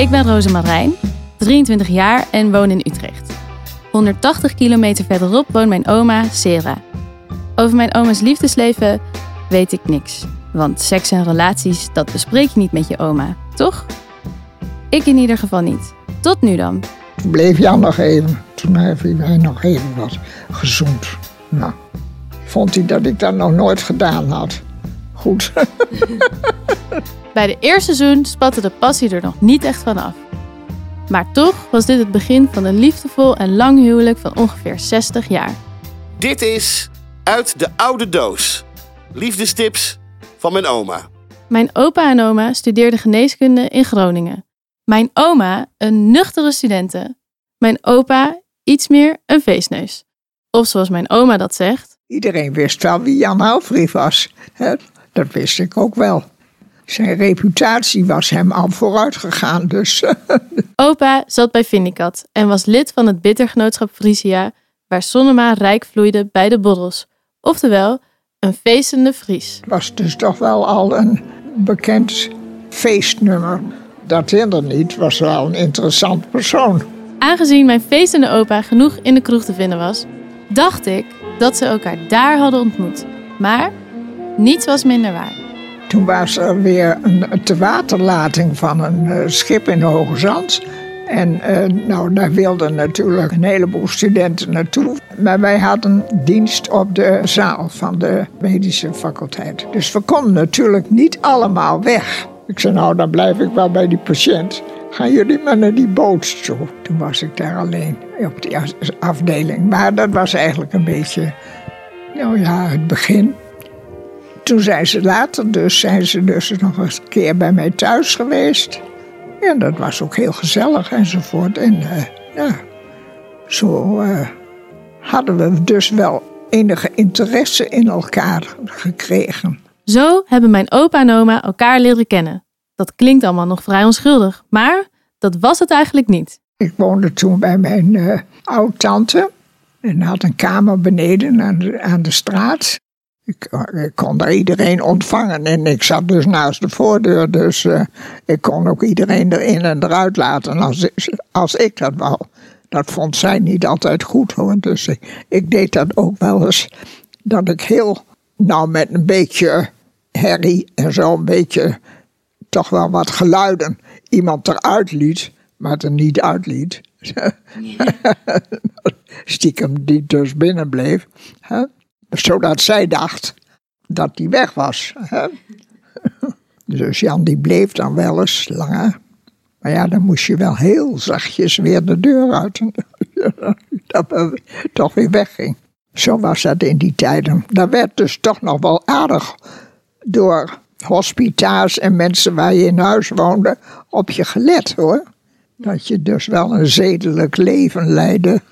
Ik ben Rosemarijn, 23 jaar en woon in Utrecht. 180 kilometer verderop woont mijn oma Sera. Over mijn oma's liefdesleven weet ik niks. Want seks en relaties, dat bespreek je niet met je oma, toch? Ik in ieder geval niet. Tot nu dan. Toen bleef Jan nog even. Toen heeft hij nog even wat gezoend. Nou, vond hij dat ik dat nog nooit gedaan had. Goed. Bij de eerste zoen spatte de passie er nog niet echt van af. Maar toch was dit het begin van een liefdevol en lang huwelijk van ongeveer 60 jaar. Dit is Uit de Oude Doos. Liefdestips van mijn oma. Mijn opa en oma studeerden geneeskunde in Groningen. Mijn oma een nuchtere studente. Mijn opa iets meer een feestneus. Of zoals mijn oma dat zegt. Iedereen wist wel wie Jan Helfrich was. Hè? Dat wist ik ook wel. Zijn reputatie was hem al vooruit gegaan, dus. Opa zat bij Vindicat en was lid van het bittergenootschap Frisia, waar Sonnema rijk vloeide bij de borrels. Oftewel, een feestende Fries. Het was dus toch wel al een bekend feestnummer. Dat hinderde niet, was wel een interessant persoon. Aangezien mijn feestende opa genoeg in de kroeg te vinden was, dacht ik dat ze elkaar daar hadden ontmoet. Maar niets was minder waar. Toen was er weer een tewaterlating van een schip in Hoge Zand. En daar wilden natuurlijk een heleboel studenten naartoe. Maar wij hadden dienst op de zaal van de medische faculteit. Dus we konden natuurlijk niet allemaal weg. Ik zei, dan blijf ik wel bij die patiënt. Gaan jullie maar naar die boot toe. Toen was ik daar alleen op die afdeling. Maar dat was eigenlijk een beetje, het begin. Toen zijn ze dus nog eens een keer bij mij thuis geweest. En dat was ook heel gezellig enzovoort. En zo hadden we dus wel enige interesse in elkaar gekregen. Zo hebben mijn opa en oma elkaar leren kennen. Dat klinkt allemaal nog vrij onschuldig, maar dat was het eigenlijk niet. Ik woonde toen bij mijn oud-tante en had een kamer beneden aan de straat. Ik kon daar iedereen ontvangen en ik zat dus naast de voordeur. Dus ik kon ook iedereen erin en eruit laten als ik dat wou. Dat vond zij niet altijd goed hoor. Dus ik deed dat ook wel eens. Dat ik met een beetje herrie en zo een beetje toch wel wat geluiden iemand eruit liet. Maar het er niet uitliet. Stiekem die dus binnen bleef. Hè? Zodat zij dacht dat die weg was. Hè? Dus Jan die bleef dan wel eens langer. Maar ja, dan moest je wel heel zachtjes weer de deur uit. Dat we toch weer wegging. Zo was dat in die tijden. Daar werd dus toch nog wel aardig door hospita's en mensen waar je in huis woonde op je gelet hoor. Dat je dus wel een zedelijk leven leidde.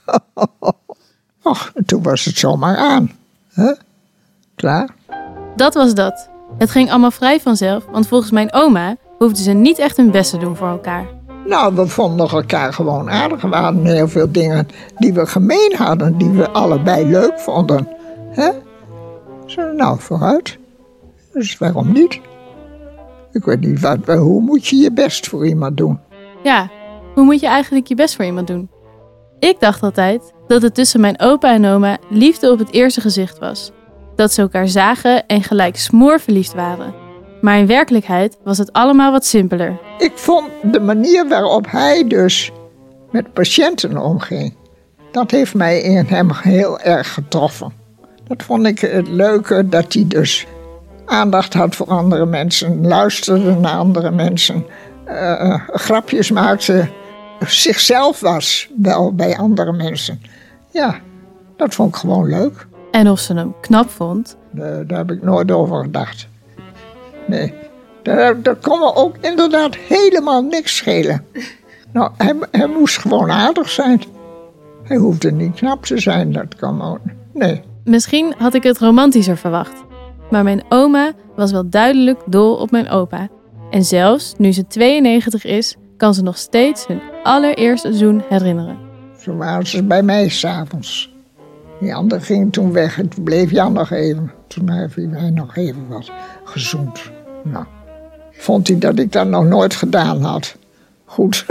Och, toen was het zomaar aan. Huh? Klaar? Dat was dat. Het ging allemaal vrij vanzelf, want volgens mijn oma hoefden ze niet echt hun best te doen voor elkaar. Nou, we vonden elkaar gewoon aardig. We hadden heel veel dingen die we gemeen hadden, die we allebei leuk vonden. Hè? Zo, vooruit. Dus waarom niet? Ik weet niet, hoe moet je je best voor iemand doen? Ja, hoe moet je eigenlijk je best voor iemand doen? Ik dacht altijd dat het tussen mijn opa en oma liefde op het eerste gezicht was. Dat ze elkaar zagen en gelijk smoorverliefd waren. Maar in werkelijkheid was het allemaal wat simpeler. Ik vond de manier waarop hij dus met patiënten omging, dat heeft mij in hem heel erg getroffen. Dat vond ik het leuke, dat hij dus aandacht had voor andere mensen, luisterde naar andere mensen, grapjes maakte, zichzelf was wel bij andere mensen. Ja, dat vond ik gewoon leuk. En of ze hem knap vond? Daar heb ik nooit over gedacht. Nee, dat kon me ook inderdaad helemaal niks schelen. Nou, hij moest gewoon aardig zijn. Hij hoefde niet knap te zijn, dat kan ook. Nee. Misschien had ik het romantischer verwacht. Maar mijn oma was wel duidelijk dol op mijn opa. En zelfs nu ze 92 is, kan ze nog steeds hun allereerste zoen herinneren. Zo waren ze bij mij 's avonds. Die ander ging toen weg en toen bleef Jan nog even. Toen heeft hij nog even wat gezoend. Nou, vond hij dat ik dat nog nooit gedaan had. goed.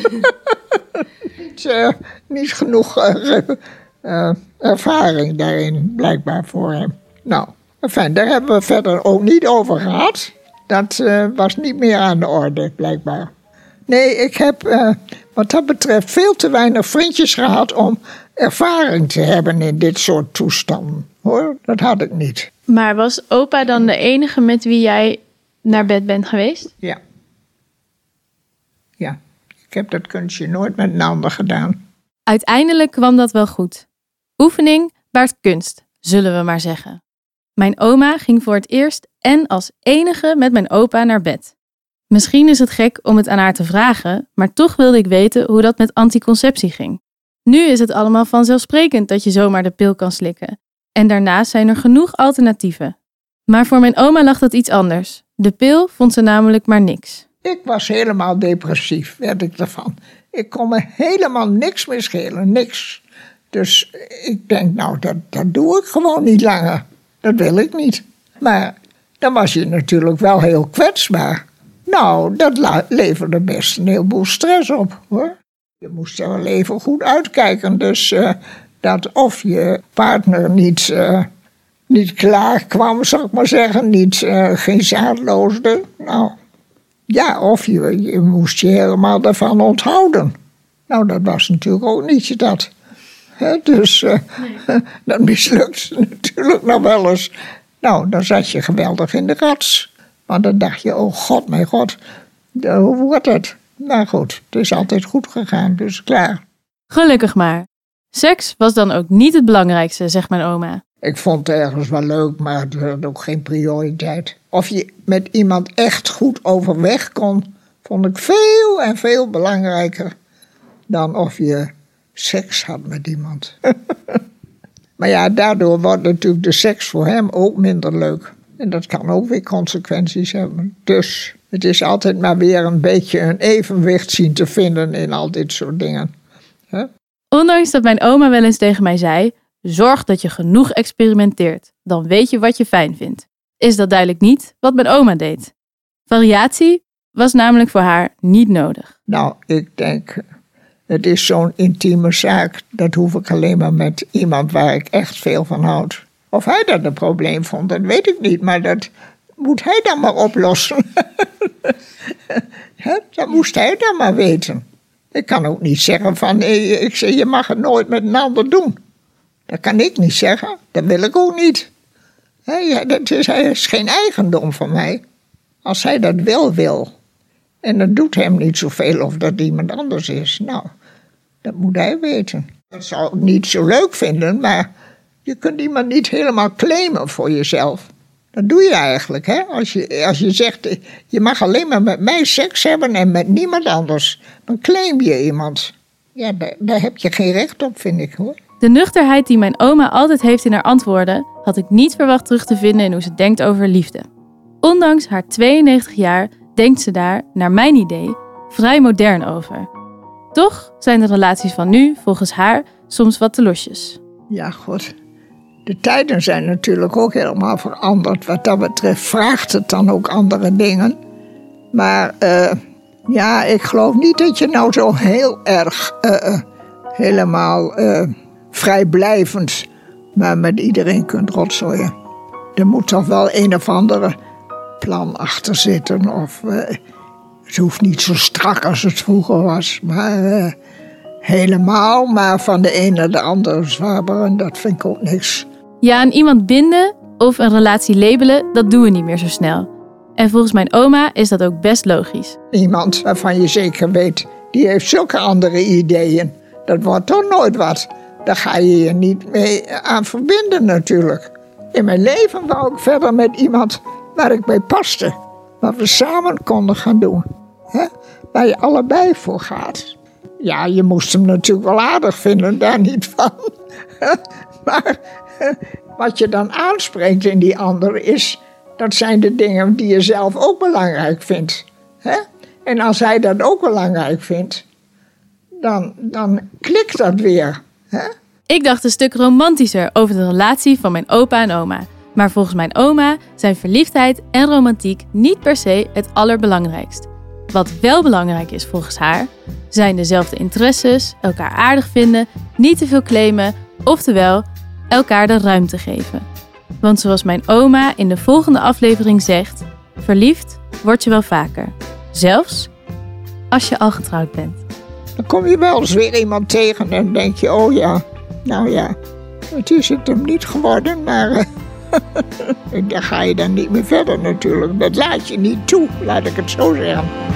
Niet genoeg ervaring daarin, blijkbaar voor hem. Nou, enfin, daar hebben we verder ook niet over gehad. Dat was niet meer aan de orde, blijkbaar. Nee, ik heb wat dat betreft veel te weinig vriendjes gehad om ervaring te hebben in dit soort toestanden. Hoor, dat had ik niet. Maar was opa dan de enige met wie jij naar bed bent geweest? Ja. Ja, ik heb dat kunstje nooit met een ander gedaan. Uiteindelijk kwam dat wel goed. Oefening baart kunst, zullen we maar zeggen. Mijn oma ging voor het eerst en als enige met mijn opa naar bed. Misschien is het gek om het aan haar te vragen, maar toch wilde ik weten hoe dat met anticonceptie ging. Nu is het allemaal vanzelfsprekend dat je zomaar de pil kan slikken. En daarnaast zijn er genoeg alternatieven. Maar voor mijn oma lag dat iets anders. De pil vond ze namelijk maar niks. Ik was helemaal depressief, werd ik ervan. Ik kon me helemaal niks meer schelen, niks. Dus ik denk, nou, dat doe ik gewoon niet langer. Dat wil ik niet. Maar dan was je natuurlijk wel heel kwetsbaar. Nou, dat leverde best een heleboel stress op, hoor. Je moest er wel even goed uitkijken. Dus dat of je partner niet klaar kwam, zou ik maar zeggen. Geen zaadloosde. Nou, ja, of je moest je helemaal daarvan onthouden. Nou, dat was natuurlijk ook niet dat. Dus dat mislukte natuurlijk nog wel eens. Nou, dan zat je geweldig in de rats. Maar dan dacht je, oh god, mijn god, hoe wordt het? Nou goed, het is altijd goed gegaan, dus klaar. Gelukkig maar. Seks was dan ook niet het belangrijkste, zegt mijn oma. Ik vond het ergens wel leuk, maar het had ook geen prioriteit. Of je met iemand echt goed overweg kon, vond ik veel en veel belangrijker dan of je seks had met iemand. Maar ja, daardoor wordt natuurlijk de seks voor hem ook minder leuk. En dat kan ook weer consequenties hebben. Dus het is altijd maar weer een beetje een evenwicht zien te vinden in al dit soort dingen. Ondanks dat mijn oma wel eens tegen mij zei, zorg dat je genoeg experimenteert. Dan weet je wat je fijn vindt. Is dat duidelijk niet wat mijn oma deed. Variatie was namelijk voor haar niet nodig. Nou, ik denk, het is zo'n intieme zaak. Dat hoef ik alleen maar met iemand waar ik echt veel van houd. Of hij dat een probleem vond, dat weet ik niet. Maar dat moet hij dan maar oplossen. Dat moest hij dan maar weten. Ik kan ook niet zeggen van, je mag het nooit met een ander doen. Dat kan ik niet zeggen. Dat wil ik ook niet. Hij is geen eigendom van mij. Als hij dat wil. En dat doet hem niet zoveel of dat iemand anders is. Nou, dat moet hij weten. Dat zou ik niet zo leuk vinden, maar je kunt iemand niet helemaal claimen voor jezelf. Dat doe je eigenlijk, hè? Als je zegt, je mag alleen maar met mij seks hebben en met niemand anders. Dan claim je iemand. Ja, daar heb je geen recht op, vind ik, hoor. De nuchterheid die mijn oma altijd heeft in haar antwoorden, had ik niet verwacht terug te vinden in hoe ze denkt over liefde. Ondanks haar 92 jaar denkt ze daar, naar mijn idee, vrij modern over. Toch zijn de relaties van nu, volgens haar, soms wat te losjes. Ja, goed. De tijden zijn natuurlijk ook helemaal veranderd. Wat dat betreft vraagt het dan ook andere dingen. Maar ik geloof niet dat je nou zo heel erg helemaal vrijblijvend maar met iedereen kunt rotzooien. Er moet toch wel een of andere plan achter zitten. Of het hoeft niet zo strak als het vroeger was. Maar helemaal maar van de een naar de andere zwabberen, dat vind ik ook niks. Ja, aan iemand binden of een relatie labelen, dat doen we niet meer zo snel. En volgens mijn oma is dat ook best logisch. Iemand waarvan je zeker weet, die heeft zulke andere ideeën. Dat wordt toch nooit wat. Daar ga je je niet mee aan verbinden natuurlijk. In mijn leven wou ik verder met iemand waar ik bij paste. Wat we samen konden gaan doen. Waar je allebei voor gaat. Ja, je moest hem natuurlijk wel aardig vinden, daar niet van. Maar wat je dan aanspreekt in die ander dat zijn de dingen die je zelf ook belangrijk vindt. En als hij dat ook belangrijk vindt, dan klikt dat weer. Ik dacht een stuk romantischer over de relatie van mijn opa en oma. Maar volgens mijn oma zijn verliefdheid en romantiek niet per se het allerbelangrijkst. Wat wel belangrijk is volgens haar, zijn dezelfde interesses, elkaar aardig vinden, niet te veel claimen, oftewel elkaar de ruimte geven. Want zoals mijn oma in de volgende aflevering zegt, verliefd word je wel vaker. Zelfs als je al getrouwd bent. Dan kom je wel eens weer iemand tegen en denk je, oh ja, nou ja, het is het hem niet geworden, maar daar ga je dan niet meer verder natuurlijk. Dat laat je niet toe, laat ik het zo zeggen.